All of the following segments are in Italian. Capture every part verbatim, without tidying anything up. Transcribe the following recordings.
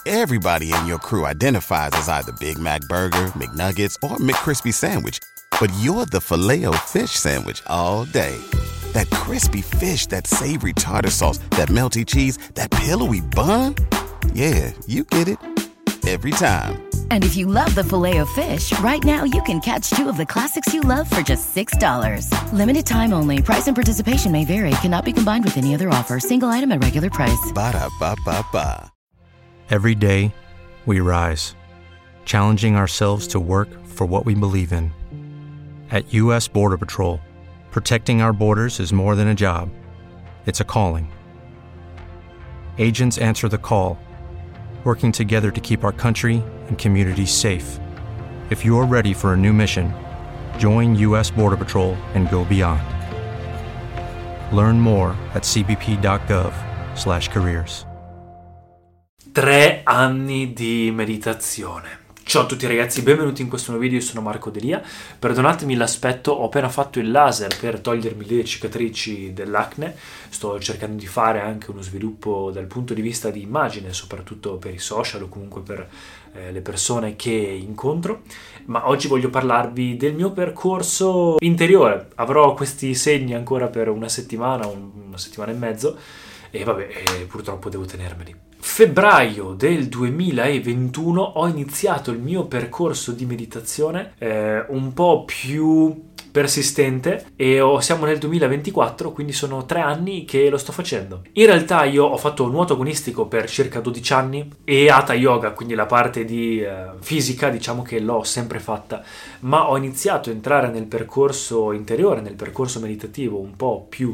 Everybody in your crew identifies as either Big Mac Burger, McNuggets, or McCrispy Sandwich. But you're the Filet-O-Fish Sandwich all day. That crispy fish, that savory tartar sauce, that melty cheese, that pillowy bun. Yeah, you get it. Every time. And if you love the Filet-O-Fish, right now you can catch two of the classics you love for just six dollars. Limited time only. Price and participation may vary. Cannot be combined with any other offer. Single item at regular price. Ba-da-ba-ba-ba. Every day, we rise, challenging ourselves to work for what we believe in. At U S Border Patrol, protecting our borders is more than a job. It's a calling. Agents answer the call, working together to keep our country and communities safe. If you're ready for a new mission, join U S Border Patrol and go beyond. Learn more at c b p dot gov slash careers. Tre anni di meditazione. Ciao a tutti ragazzi, benvenuti in questo nuovo video, io sono Marco Delia. Perdonatemi l'aspetto, ho appena fatto il laser per togliermi le cicatrici dell'acne. Sto cercando di fare anche uno sviluppo dal punto di vista di immagine, soprattutto per i social o comunque per eh, le persone che incontro. Ma oggi voglio parlarvi del mio percorso interiore. Avrò questi segni ancora per una settimana, un, una settimana e mezzo e vabbè, eh, purtroppo devo tenermeli. Febbraio del duemilaventuno ho iniziato il mio percorso di meditazione eh, un po' più persistente e ho, siamo nel duemilaventiquattro, quindi sono tre anni che lo sto facendo. In realtà io ho fatto nuoto agonistico per circa dodici anni e Hatha Yoga, quindi la parte di eh, fisica, diciamo che l'ho sempre fatta, ma ho iniziato a entrare nel percorso interiore, nel percorso meditativo un po' più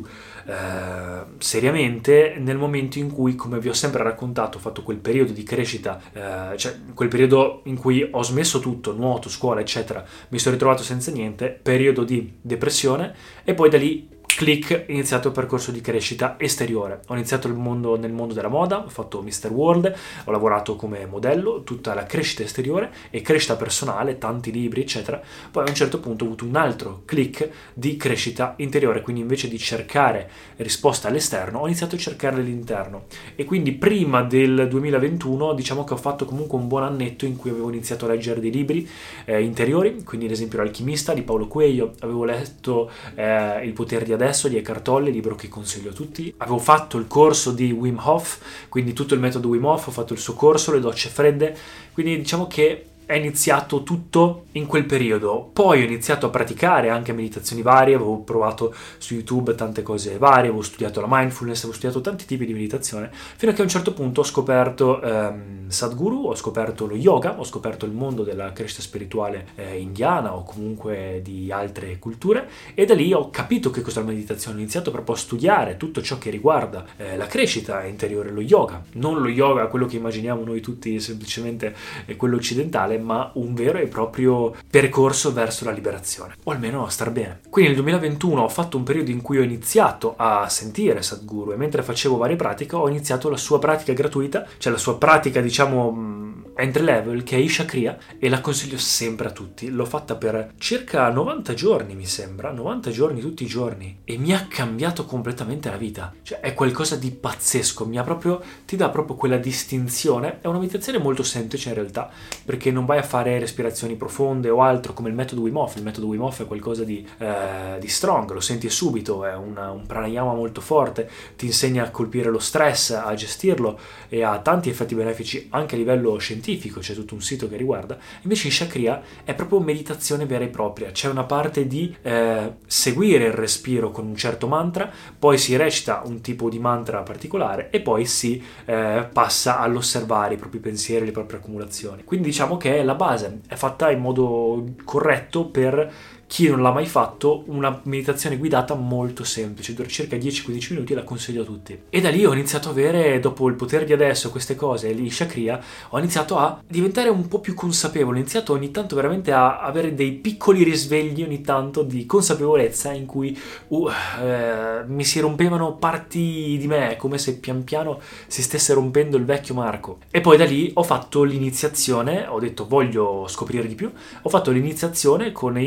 eh, seriamente nel momento in cui, come vi ho sempre raccontato, ho fatto quel periodo di crescita, eh, cioè quel periodo in cui ho smesso tutto, nuoto, scuola, eccetera, mi sono ritrovato senza niente, periodo di depressione, e poi da lì click, iniziato il percorso di crescita esteriore. Ho iniziato il mondo, nel mondo della moda, ho fatto mister World, ho lavorato come modello, tutta la crescita esteriore e crescita personale, tanti libri eccetera. Poi a un certo punto ho avuto un altro click di crescita interiore, quindi invece di cercare risposte all'esterno ho iniziato a cercarle all'interno, e quindi prima del duemilaventuno diciamo che ho fatto comunque un buon annetto in cui avevo iniziato a leggere dei libri eh, interiori, quindi ad esempio L'Alchimista di Paulo Coelho, avevo letto eh, Il potere di adesso di Eckhart Tolle, libro che consiglio a tutti. Avevo fatto il corso di Wim Hof, quindi tutto il metodo Wim Hof, ho fatto il suo corso, le docce fredde, quindi diciamo che è iniziato tutto in quel periodo. Poi ho iniziato a praticare anche meditazioni varie, avevo provato su YouTube tante cose varie, avevo studiato la mindfulness, avevo studiato tanti tipi di meditazione, fino a che a un certo punto ho scoperto ehm, Sadhguru, ho scoperto lo yoga, ho scoperto il mondo della crescita spirituale eh, indiana o comunque di altre culture, e da lì ho capito che cos'è la meditazione. Ho iniziato proprio a studiare tutto ciò che riguarda eh, la crescita interiore, lo yoga, non lo yoga quello che immaginiamo noi tutti semplicemente eh, quello occidentale, ma un vero e proprio percorso verso la liberazione, o almeno a star bene. Quindi nel duemilaventuno ho fatto un periodo in cui ho iniziato a sentire Sadhguru, e mentre facevo varie pratiche ho iniziato la sua pratica gratuita, cioè la sua pratica diciamo entry level, che è Isha Kriya, e la consiglio sempre a tutti. L'ho fatta per circa novanta giorni, mi sembra, novanta giorni tutti i giorni, e mi ha cambiato completamente la vita. Cioè è qualcosa di pazzesco, mi ha proprio, ti dà proprio quella distinzione. È una meditazione molto semplice in realtà, perché non vai a fare respirazioni profonde o altro come il metodo Wim Hof. Il metodo Wim Hof è qualcosa di, eh, di strong, lo senti subito, è una, un pranayama molto forte, ti insegna a colpire lo stress, a gestirlo, e ha tanti effetti benefici anche a livello scientifico, c'è tutto un sito che riguarda. Invece Isha Kriya è proprio meditazione vera e propria, c'è una parte di eh, seguire il respiro con un certo mantra, poi si recita un tipo di mantra particolare e poi si eh, passa all'osservare i propri pensieri, le proprie accumulazioni. Quindi diciamo che è la base, è fatta in modo corretto per chi non l'ha mai fatto, una meditazione guidata molto semplice, dura circa dieci quindici minuti, e la consiglio a tutti. E da lì ho iniziato a avere, dopo il potere di adesso, queste cose, l'Isha Kriya, ho iniziato a diventare un po' più consapevole, ho iniziato ogni tanto veramente a avere dei piccoli risvegli ogni tanto di consapevolezza in cui uh, eh, mi si rompevano parti di me, come se pian piano si stesse rompendo il vecchio Marco. E poi da lì ho fatto l'iniziazione, ho detto voglio scoprire di più, ho fatto l'iniziazione con Inner Engineering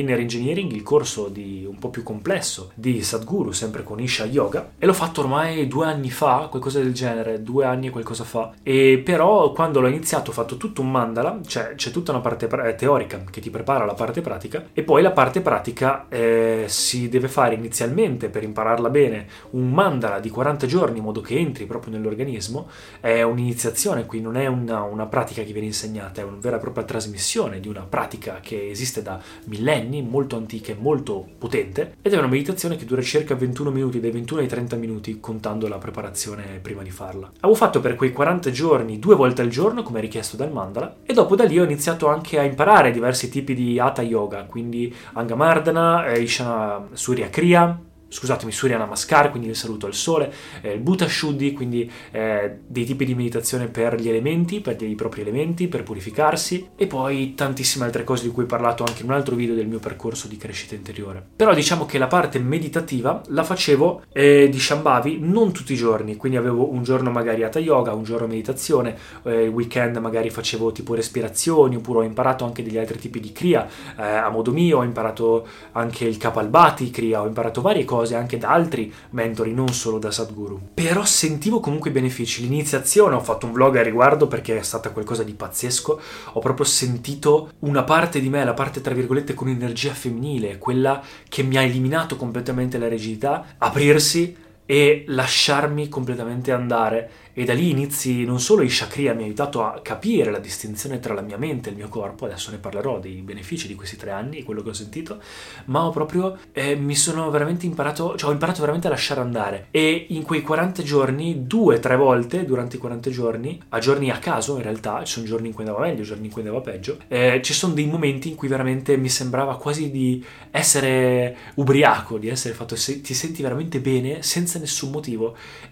Engineering, il corso di un po' più complesso di Sadhguru, sempre con Isha Yoga, e l'ho fatto ormai due anni fa, qualcosa del genere, due anni e qualcosa fa. E però quando l'ho iniziato ho fatto tutto un mandala, cioè c'è tutta una parte pra- teorica che ti prepara la parte pratica, e poi la parte pratica eh, si deve fare inizialmente, per impararla bene, un mandala di quaranta giorni in modo che entri proprio nell'organismo. È un'iniziazione, qui non è una, una pratica che viene insegnata, è una vera e propria trasmissione di una pratica che esiste da millenni, molto antica e molto potente, ed è una meditazione che dura circa ventuno minuti, dai ventuno ai trenta minuti, contando la preparazione prima di farla. Avevo fatto per quei quaranta giorni due volte al giorno, come richiesto dal mandala, e dopo da lì ho iniziato anche a imparare diversi tipi di Hatha Yoga, quindi Angamardana, Ishana Surya Kriya, scusatemi, Surya Namaskar, quindi il saluto al sole, eh, il Bhuta Shuddhi, quindi eh, dei tipi di meditazione per gli elementi, per dei propri elementi, per purificarsi, e poi tantissime altre cose di cui ho parlato anche in un altro video del mio percorso di crescita interiore. Però diciamo che la parte meditativa la facevo eh, di Shambhavi non tutti i giorni, quindi avevo un giorno magari Hatha Yoga, un giorno meditazione, eh, il weekend magari facevo tipo respirazioni, oppure ho imparato anche degli altri tipi di Kriya, eh, a modo mio, ho imparato anche il Kapalbhati Kriya, ho imparato varie cose anche da altri mentori, non solo da Sadhguru. Però sentivo comunque i benefici. L'iniziazione, ho fatto un vlog a riguardo perché è stata qualcosa di pazzesco. Ho proprio sentito una parte di me, la parte tra virgolette con energia femminile, quella che mi ha eliminato completamente la rigidità, aprirsi e lasciarmi completamente andare. E da lì inizi, non solo Isha Kriya mi ha aiutato a capire la distinzione tra la mia mente e il mio corpo, adesso ne parlerò dei benefici di questi tre anni, quello che ho sentito, ma ho proprio, eh, mi sono veramente imparato, cioè ho imparato veramente a lasciare andare. E in quei quaranta giorni, due, tre volte, durante i quaranta giorni, a giorni a caso in realtà, ci sono giorni in cui andava meglio, giorni in cui andava peggio, eh, ci sono dei momenti in cui veramente mi sembrava quasi di essere ubriaco, di essere fatto, se, ti senti veramente bene, senza nessun motivo,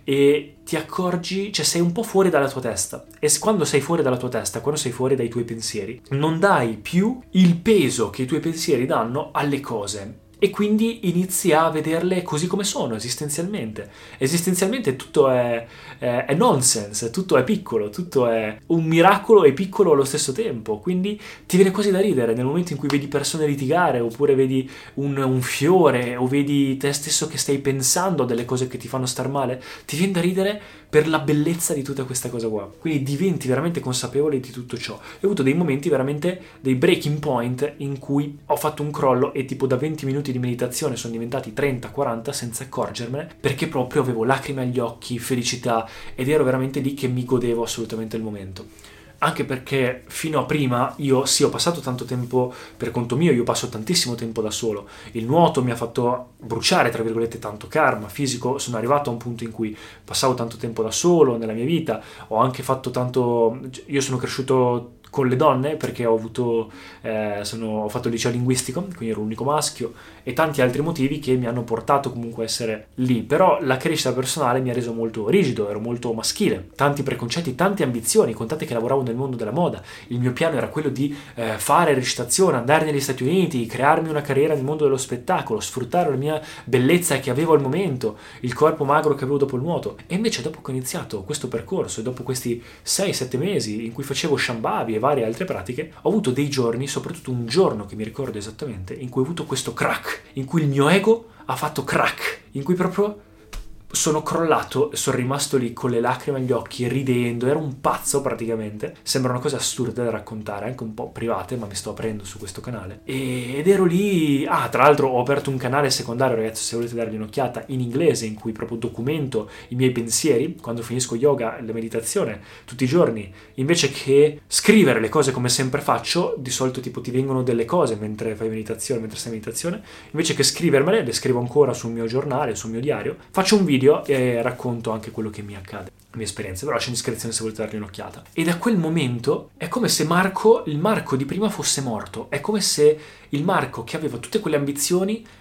e ti accorgi, cioè sei un po' fuori dalla tua testa, e quando sei fuori dalla tua testa, quando sei fuori dai tuoi pensieri, non dai più il peso che i tuoi pensieri danno alle cose, e quindi inizi a vederle così come sono, esistenzialmente. Esistenzialmente tutto è, è, è nonsense, tutto è piccolo, tutto è un miracolo e piccolo allo stesso tempo, quindi ti viene quasi da ridere nel momento in cui vedi persone litigare, oppure vedi un, un fiore, o vedi te stesso che stai pensando a delle cose che ti fanno star male, ti viene da ridere per la bellezza di tutta questa cosa qua. Quindi diventi veramente consapevole di tutto ciò. E ho avuto dei momenti veramente, dei breaking point, in cui ho fatto un crollo e tipo da venti minuti di meditazione sono diventati trenta quaranta senza accorgermene, perché proprio avevo lacrime agli occhi, felicità, ed ero veramente lì che mi godevo assolutamente il momento. Anche perché fino a prima io sì ho passato tanto tempo per conto mio, io passo tantissimo tempo da solo, il nuoto mi ha fatto bruciare tra virgolette tanto karma fisico, sono arrivato a un punto in cui passavo tanto tempo da solo nella mia vita, ho anche fatto tanto, io sono cresciuto con le donne perché ho avuto eh, sono, ho fatto il liceo linguistico, quindi ero l'unico maschio, e tanti altri motivi che mi hanno portato comunque a essere lì. Però la crescita personale mi ha reso molto rigido, ero molto maschile, tanti preconcetti, tante ambizioni, contate che lavoravo nel mondo della moda, il mio piano era quello di eh, fare recitazione, andare negli Stati Uniti, crearmi una carriera nel mondo dello spettacolo, sfruttare la mia bellezza che avevo al momento, il corpo magro che avevo dopo il nuoto. E invece dopo che ho iniziato questo percorso e dopo questi sei sette mesi in cui facevo Shambhavi e varie altre pratiche, ho avuto dei giorni, soprattutto un giorno che mi ricordo esattamente, in cui ho avuto questo crack, in cui il mio ego ha fatto crack, in cui proprio sono crollato e sono rimasto lì con le lacrime agli occhi, ridendo, ero un pazzo praticamente. Sembrano cose assurde da raccontare, anche un po' private, ma mi sto aprendo su questo canale. Ed ero lì, ah tra l'altro ho aperto un canale secondario, ragazzi, se volete dargli un'occhiata, in inglese, in cui proprio documento i miei pensieri, quando finisco yoga, la meditazione, tutti i giorni, invece che scrivere le cose come sempre faccio, di solito tipo ti vengono delle cose mentre fai meditazione, mentre stai in meditazione, invece che scrivermele, le scrivo ancora sul mio giornale, sul mio diario, faccio un video e racconto anche quello che mi accade, le mie esperienze, però lascio in descrizione se volete dargli un'occhiata. E da quel momento è come se Marco, il Marco di prima fosse morto, è come se il Marco che aveva tutte quelle ambizioni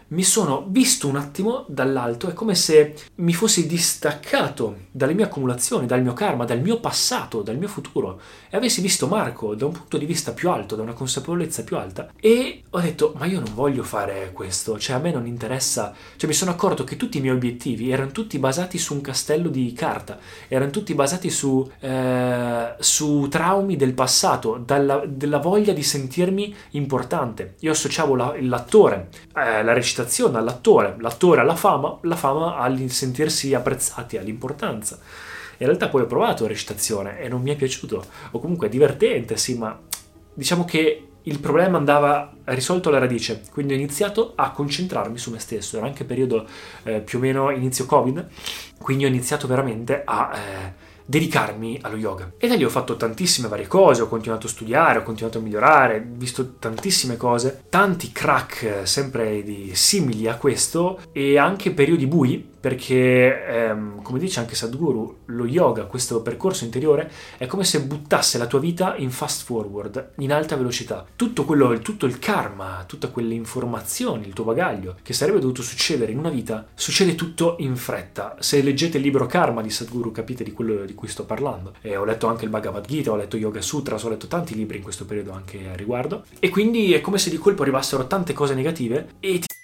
mi sono visto un attimo dall'alto, è come se mi fossi distaccato dalle mie accumulazioni, dal mio karma, dal mio passato, dal mio futuro e avessi visto Marco da un punto di vista più alto, da una consapevolezza più alta, e ho detto ma io non voglio fare questo, cioè a me non interessa, cioè mi sono accorto che tutti i miei obiettivi erano tutti basati su un castello di carta, erano tutti basati su, eh, su traumi del passato, dalla, della voglia di sentirmi importante. Io associavo la, l'attore, eh, la recitazione all'attore, l'attore alla fama, la fama al sentirsi apprezzati, all'importanza. In realtà poi ho provato recitazione e non mi è piaciuto, o comunque è divertente, sì, ma diciamo che il problema andava risolto alla radice, quindi ho iniziato a concentrarmi su me stesso. Era anche periodo eh, più o meno inizio Covid, quindi ho iniziato veramente a eh, dedicarmi allo yoga. E da lì ho fatto tantissime varie cose, ho continuato a studiare, ho continuato a migliorare, ho visto tantissime cose, tanti crack sempre di simili a questo e anche periodi bui, perché ehm, come dice anche Sadhguru, lo yoga, questo percorso interiore, è come se buttasse la tua vita in fast forward, in alta velocità. Tutto quello, tutto il karma, tutte quelle informazioni, il tuo bagaglio che sarebbe dovuto succedere in una vita, succede tutto in fretta. Se leggete il libro Karma di Sadhguru capite di quello di cui sto parlando. E ho letto anche il Bhagavad Gita, ho letto Yoga Sutras, ho letto tanti libri in questo periodo anche a riguardo, e quindi è come se di colpo arrivassero tante cose negative e ti...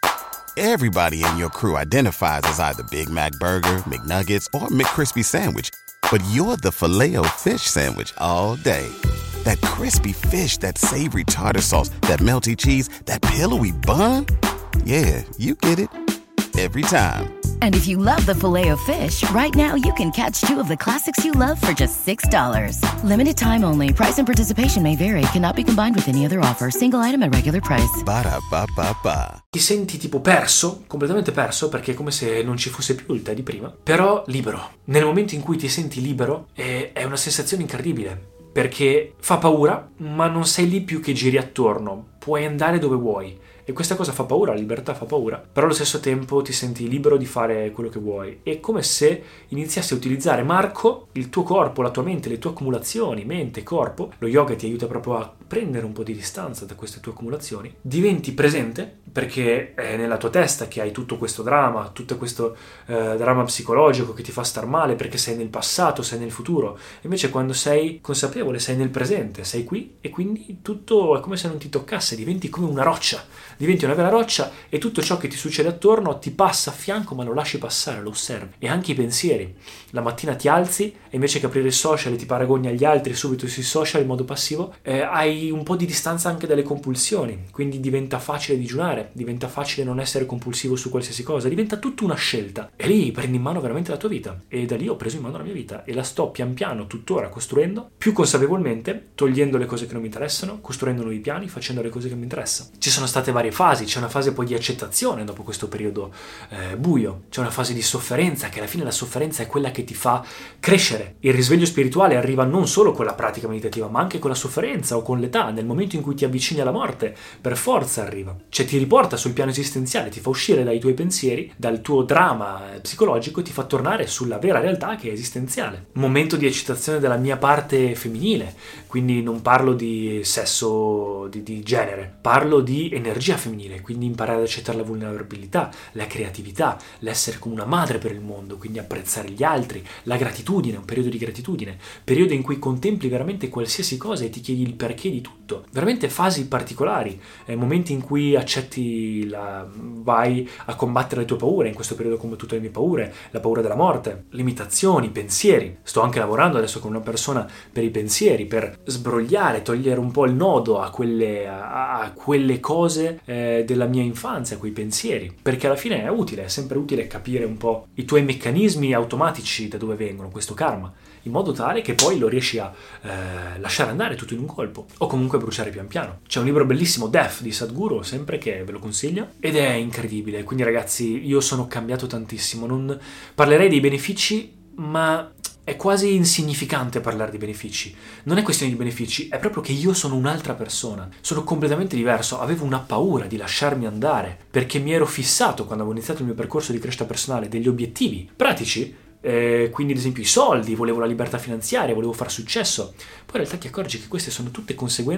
Everybody in your crew identifies as either Big Mac Burger, McNuggets, or McCrispy Sandwich. But you're the Filet-O-Fish Sandwich all day. That crispy fish, that savory tartar sauce, that melty cheese, that pillowy bun. Yeah, you get it. Every time. And if you love the Filet-O-Fish, right now you can catch two of the classics you love for just six dollars. Limited time only. Price and participation may vary. Cannot be combined with any other offer. Single item at regular price. Ba-da-ba-ba-ba. Ti senti tipo perso, completamente perso, perché è come se non ci fosse più il te di prima, però libero. Nel momento in cui ti senti libero è, è una sensazione incredibile, perché fa paura, ma non sei lì più che giri attorno. Puoi andare dove vuoi. E questa cosa fa paura, la libertà fa paura, però allo stesso tempo ti senti libero di fare quello che vuoi. È come se iniziassi a utilizzare, Marco, il tuo corpo, la tua mente, le tue accumulazioni, mente, corpo. Lo yoga ti aiuta proprio a prendere un po' di distanza da queste tue accumulazioni. Diventi presente, perché è nella tua testa che hai tutto questo dramma, tutto questo eh, dramma psicologico che ti fa star male, perché sei nel passato, sei nel futuro. Invece quando sei consapevole, sei nel presente, sei qui, e quindi tutto è come se non ti toccasse, diventi come una roccia. Diventi una vera roccia e tutto ciò che ti succede attorno ti passa a fianco, ma lo lasci passare, lo osservi. E anche i pensieri. La mattina ti alzi e invece che aprire i social e ti paragoni agli altri subito sui social in modo passivo, eh, hai un po' di distanza anche dalle compulsioni. Quindi diventa facile digiunare, diventa facile non essere compulsivo su qualsiasi cosa, diventa tutta una scelta. E lì prendi in mano veramente la tua vita. E da lì ho preso in mano la mia vita e la sto pian piano, tuttora, costruendo più consapevolmente, togliendo le cose che non mi interessano, costruendo nuovi piani, facendo le cose che mi interessano. Ci sono state varie fasi, c'è una fase poi di accettazione dopo questo periodo eh, buio, c'è una fase di sofferenza, che alla fine la sofferenza è quella che ti fa crescere. Il risveglio spirituale arriva non solo con la pratica meditativa, ma anche con la sofferenza o con l'età. Nel momento in cui ti avvicini alla morte, per forza arriva, cioè ti riporta sul piano esistenziale, ti fa uscire dai tuoi pensieri, dal tuo dramma psicologico, ti fa tornare sulla vera realtà che è esistenziale. Momento di eccitazione della mia parte femminile, quindi non parlo di sesso, di, di genere, parlo di energia femminile, quindi imparare ad accettare la vulnerabilità, la creatività, l'essere come una madre per il mondo, quindi apprezzare gli altri, la gratitudine, un periodo di gratitudine, periodo in cui contempli veramente qualsiasi cosa e ti chiedi il perché di tutto, veramente fasi particolari, eh, momenti in cui accetti la... vai a combattere le tue paure. In questo periodo ho combattuto le mie paure, la paura della morte, limitazioni, pensieri. Sto anche lavorando adesso con una persona per i pensieri, per sbrogliare, togliere un po' il nodo a quelle, a, a quelle cose eh, della mia infanzia, quei pensieri, perché alla fine è utile, è sempre utile capire un po' i tuoi meccanismi automatici, da dove vengono, questo karma, in modo tale che poi lo riesci a eh, lasciare andare tutto in un colpo, o comunque bruciare pian piano. C'è un libro bellissimo, Death, di Sadhguru, sempre, che ve lo consiglio, ed è incredibile. Quindi ragazzi, io sono cambiato tantissimo, non parlerei dei benefici, ma è quasi insignificante parlare di benefici. Non è questione di benefici, è proprio che io sono un'altra persona. Sono completamente diverso. Avevo una paura di lasciarmi andare, perché mi ero fissato, quando avevo iniziato il mio percorso di crescita personale, degli obiettivi pratici, eh, quindi ad esempio i soldi, volevo la libertà finanziaria, volevo far successo. Poi in realtà ti accorgi che queste sono tutte conseguenze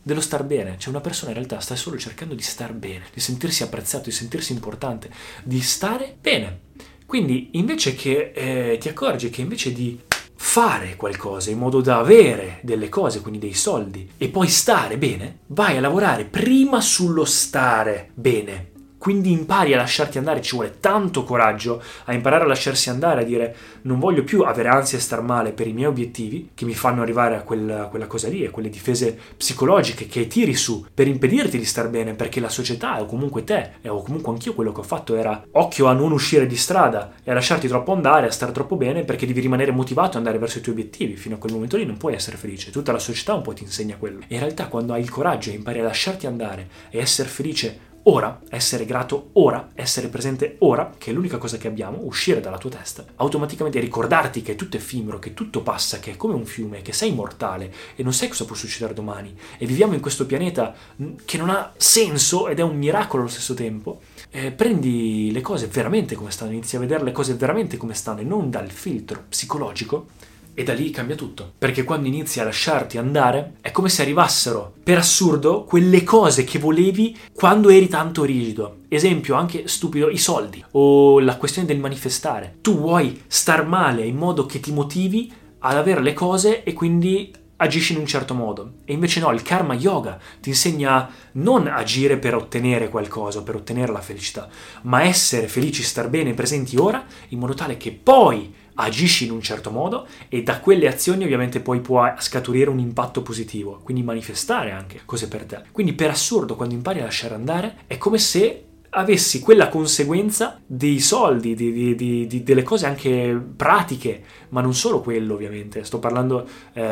dello star bene. Cioè una persona in realtà sta solo cercando di star bene, di sentirsi apprezzato, di sentirsi importante, di stare bene. Quindi invece che eh, ti accorgi che invece di fare qualcosa in modo da avere delle cose, quindi dei soldi, e poi stare bene, vai a lavorare prima sullo stare bene. Quindi impari a lasciarti andare, ci vuole tanto coraggio a imparare a lasciarsi andare, a dire non voglio più avere ansia e star male per i miei obiettivi che mi fanno arrivare a quella, quella cosa lì, a quelle difese psicologiche che tiri su per impedirti di star bene, perché la società o comunque te, o comunque anch'io quello che ho fatto era occhio a non uscire di strada e a lasciarti troppo andare, a star troppo bene, perché devi rimanere motivato ad andare verso i tuoi obiettivi. Fino a quel momento lì non puoi essere felice, tutta la società un po' ti insegna quello. E in realtà quando hai il coraggio e impari a lasciarti andare e essere felice ora, essere grato ora, essere presente ora, che è l'unica cosa che abbiamo, uscire dalla tua testa, automaticamente ricordarti che è tutto effimero, che tutto passa, che è come un fiume, che sei mortale e non sai cosa può succedere domani e viviamo in questo pianeta che non ha senso ed è un miracolo allo stesso tempo. Eh, prendi le cose veramente come stanno, inizi a vedere le cose veramente come stanno e non dal filtro psicologico. E da lì cambia tutto, perché quando inizi a lasciarti andare è come se arrivassero per assurdo quelle cose che volevi quando eri tanto rigido. Esempio anche stupido, i soldi o la questione del manifestare. Tu vuoi star male in modo che ti motivi ad avere le cose e quindi agisci in un certo modo. E invece no, il karma yoga ti insegna non agire per ottenere qualcosa, per ottenere la felicità, ma essere felici, star bene, presenti ora, in modo tale che poi agisci in un certo modo e da quelle azioni ovviamente poi può scaturire un impatto positivo, quindi manifestare anche cose per te. Quindi per assurdo quando impari a lasciare andare è come se avessi quella conseguenza dei soldi, di, di, di, di, delle cose anche pratiche, ma non solo quello ovviamente, sto parlando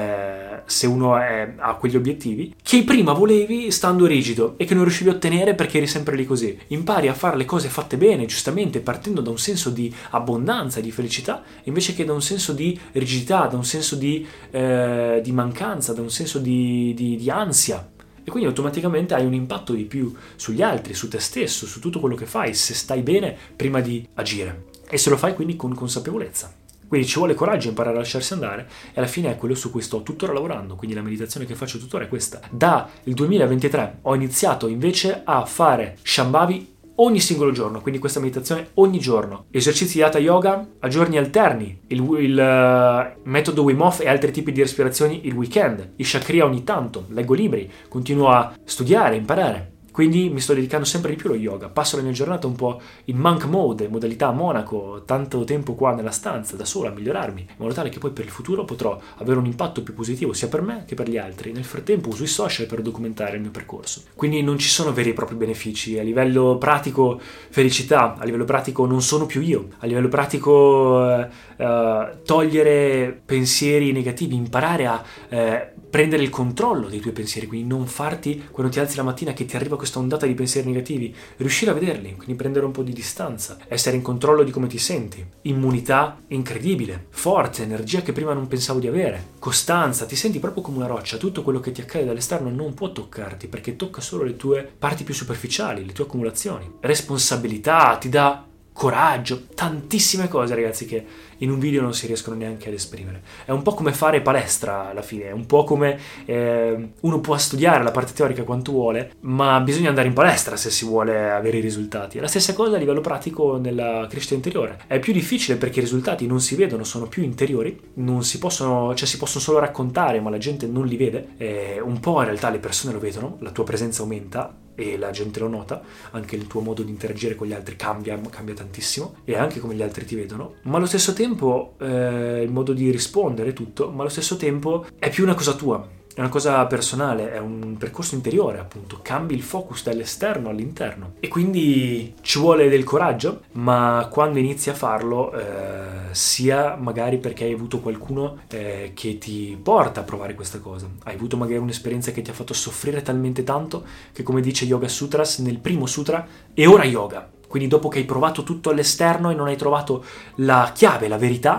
eh, se uno è, ha quegli obiettivi, che prima volevi stando rigido e che non riuscivi a ottenere perché eri sempre lì così. Impari a fare le cose fatte bene, giustamente, partendo da un senso di abbondanza, di felicità, invece che da un senso di rigidità, da un senso di, eh, di mancanza, da un senso di, di, di ansia. E quindi automaticamente hai un impatto di più sugli altri, su te stesso, su tutto quello che fai, se stai bene prima di agire. E se lo fai quindi con consapevolezza. Quindi ci vuole coraggio imparare a lasciarsi andare e alla fine è quello su cui sto tuttora lavorando. Quindi la meditazione che faccio tuttora è questa. Da il duemilaventitré ho iniziato invece a fare Shambhavi ogni singolo giorno, quindi questa meditazione ogni giorno. Esercizi di Hatha Yoga a giorni alterni, il, il uh, metodo Wim Hof e altri tipi di respirazioni il weekend, i Shakriya ogni tanto, leggo libri, continuo a studiare, imparare. Quindi mi sto dedicando sempre di più allo yoga, passo la mia giornata un po' in monk mode, modalità monaco, tanto tempo qua nella stanza, da solo, a migliorarmi, in modo tale che poi per il futuro potrò avere un impatto più positivo sia per me che per gli altri. Nel frattempo uso i social per documentare il mio percorso. Quindi non ci sono veri e propri benefici, a livello pratico felicità, a livello pratico non sono più io, a livello pratico eh, eh, togliere pensieri negativi, imparare a eh, prendere il controllo dei tuoi pensieri, quindi non farti, quando ti alzi la mattina che ti arriva questa ondata di pensieri negativi, riuscire a vederli, quindi prendere un po' di distanza, essere in controllo di come ti senti, immunità incredibile, forza, energia che prima non pensavo di avere, costanza, ti senti proprio come una roccia, tutto quello che ti accade dall'esterno non può toccarti perché tocca solo le tue parti più superficiali, le tue accumulazioni, responsabilità, ti dà coraggio, tantissime cose ragazzi che in un video non si riescono neanche ad esprimere. È un po' come fare palestra alla fine, è un po' come eh, uno può studiare la parte teorica quanto vuole, ma bisogna andare in palestra se si vuole avere i risultati. È la stessa cosa a livello pratico nella crescita interiore. È più difficile perché i risultati non si vedono, sono più interiori, non si possono, cioè si possono solo raccontare, ma la gente non li vede. Eh, un po' in realtà le persone lo vedono, la tua presenza aumenta e la gente lo nota, anche il tuo modo di interagire con gli altri cambia, cambia tantissimo e anche come gli altri ti vedono, ma allo stesso tempo eh, il modo di rispondere tutto, ma allo stesso tempo è più una cosa tua, è una cosa personale, è un percorso interiore appunto, cambi il focus dall'esterno all'interno e quindi ci vuole del coraggio, ma quando inizi a farlo eh, sia magari perché hai avuto qualcuno eh, che ti porta a provare questa cosa, hai avuto magari un'esperienza che ti ha fatto soffrire talmente tanto che, come dice Yoga Sutras nel primo sutra, e ora yoga, quindi dopo che hai provato tutto all'esterno e non hai trovato la chiave, la verità,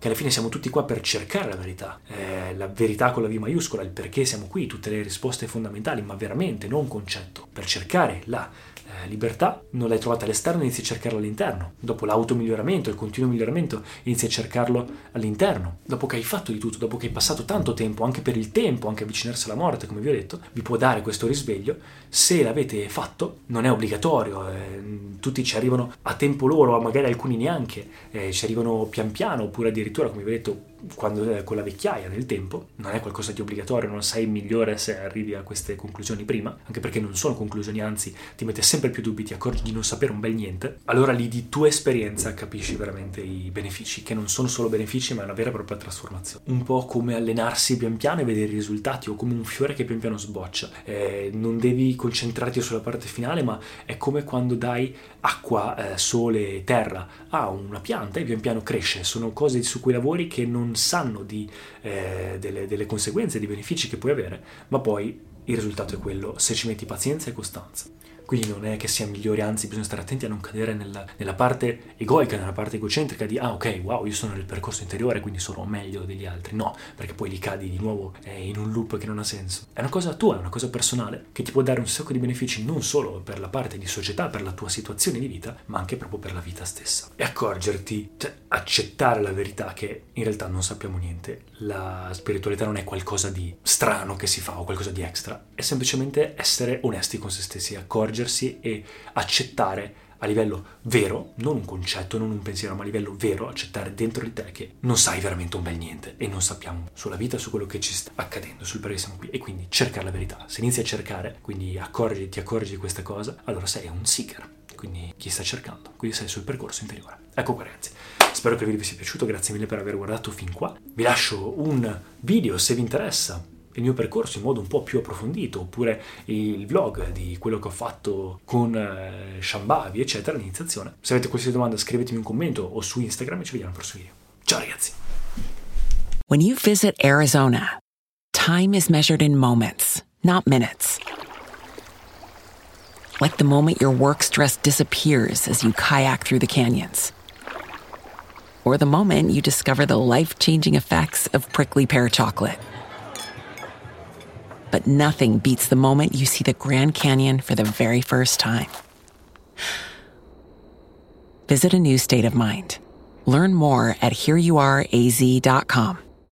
che alla fine siamo tutti qua per cercare la verità, eh, la verità con la V maiuscola, il perché siamo qui, tutte le risposte fondamentali, ma veramente, non concetto. Per cercare la eh, libertà non l'hai trovata all'esterno, inizi a cercarla all'interno. Dopo l'automiglioramento, il continuo miglioramento, inizi a cercarlo all'interno. Dopo che hai fatto di tutto, dopo che hai passato tanto tempo, anche per il tempo, anche avvicinarsi alla morte, come vi ho detto, vi può dare questo risveglio. Se l'avete fatto, non è obbligatorio, eh, tutti ci arrivano a tempo loro, magari alcuni neanche, eh, ci arrivano pian piano, oppure addirittura, come vi ho detto, quando eh, con la vecchiaia nel tempo. Non è qualcosa di obbligatorio, non sei migliore se arrivi a queste conclusioni prima, anche perché non sono conclusioni, anzi ti mette sempre più dubbi, ti accorgi di non sapere un bel niente. Allora lì di tua esperienza capisci veramente i benefici, che non sono solo benefici ma è una vera e propria trasformazione. Un po' come allenarsi pian piano e vedere i risultati, o come un fiore che pian piano sboccia. Eh, non devi concentrarti sulla parte finale, ma è come quando dai acqua, eh, sole, terra a una pianta e pian piano cresce. Sono cose su cui lavori che non sanno di, eh, delle, delle conseguenze, dei benefici che puoi avere, ma poi il risultato è quello se ci metti pazienza e costanza. Quindi non è che sia migliore, anzi bisogna stare attenti a non cadere nella, nella parte egoica, nella parte egocentrica di ah ok, wow, io sono nel percorso interiore quindi sono meglio degli altri. No, perché poi li cadi di nuovo eh, in un loop che non ha senso. È una cosa tua, è una cosa personale che ti può dare un sacco di benefici, non solo per la parte di società, per la tua situazione di vita, ma anche proprio per la vita stessa. E accorgerti, cioè accettare la verità che in realtà non sappiamo niente. La spiritualità non è qualcosa di strano che si fa o qualcosa di extra, è semplicemente essere onesti con se stessi, accorgersi e accettare a livello vero, non un concetto, non un pensiero, ma a livello vero, accettare dentro di te che non sai veramente un bel niente e non sappiamo sulla vita, su quello che ci sta accadendo, sul perché siamo qui, e quindi cercare la verità. Se inizi a cercare, quindi accorgi, ti accorgi di questa cosa, allora sei un seeker, quindi chi sta cercando, quindi sei sul percorso interiore. Ecco qua ragazzi, spero che il video vi sia piaciuto, grazie mille per aver guardato fin qua. Vi lascio un video se vi interessa il mio percorso in modo un po' più approfondito, oppure il vlog di quello che ho fatto con eh, Shambhavi, eccetera, l'iniziazione. Se avete qualsiasi domanda scrivetemi un commento o su Instagram e ci vediamo al prossimo video. Ciao ragazzi! When you visit Arizona, time is measured in moments, not minutes. Like the moment your work stress disappears as you kayak through the canyons. Or the moment you discover the life-changing effects of prickly pear chocolate. But nothing beats the moment you see the Grand Canyon for the very first time. Visit a new state of mind. Learn more at here you are a z dot com.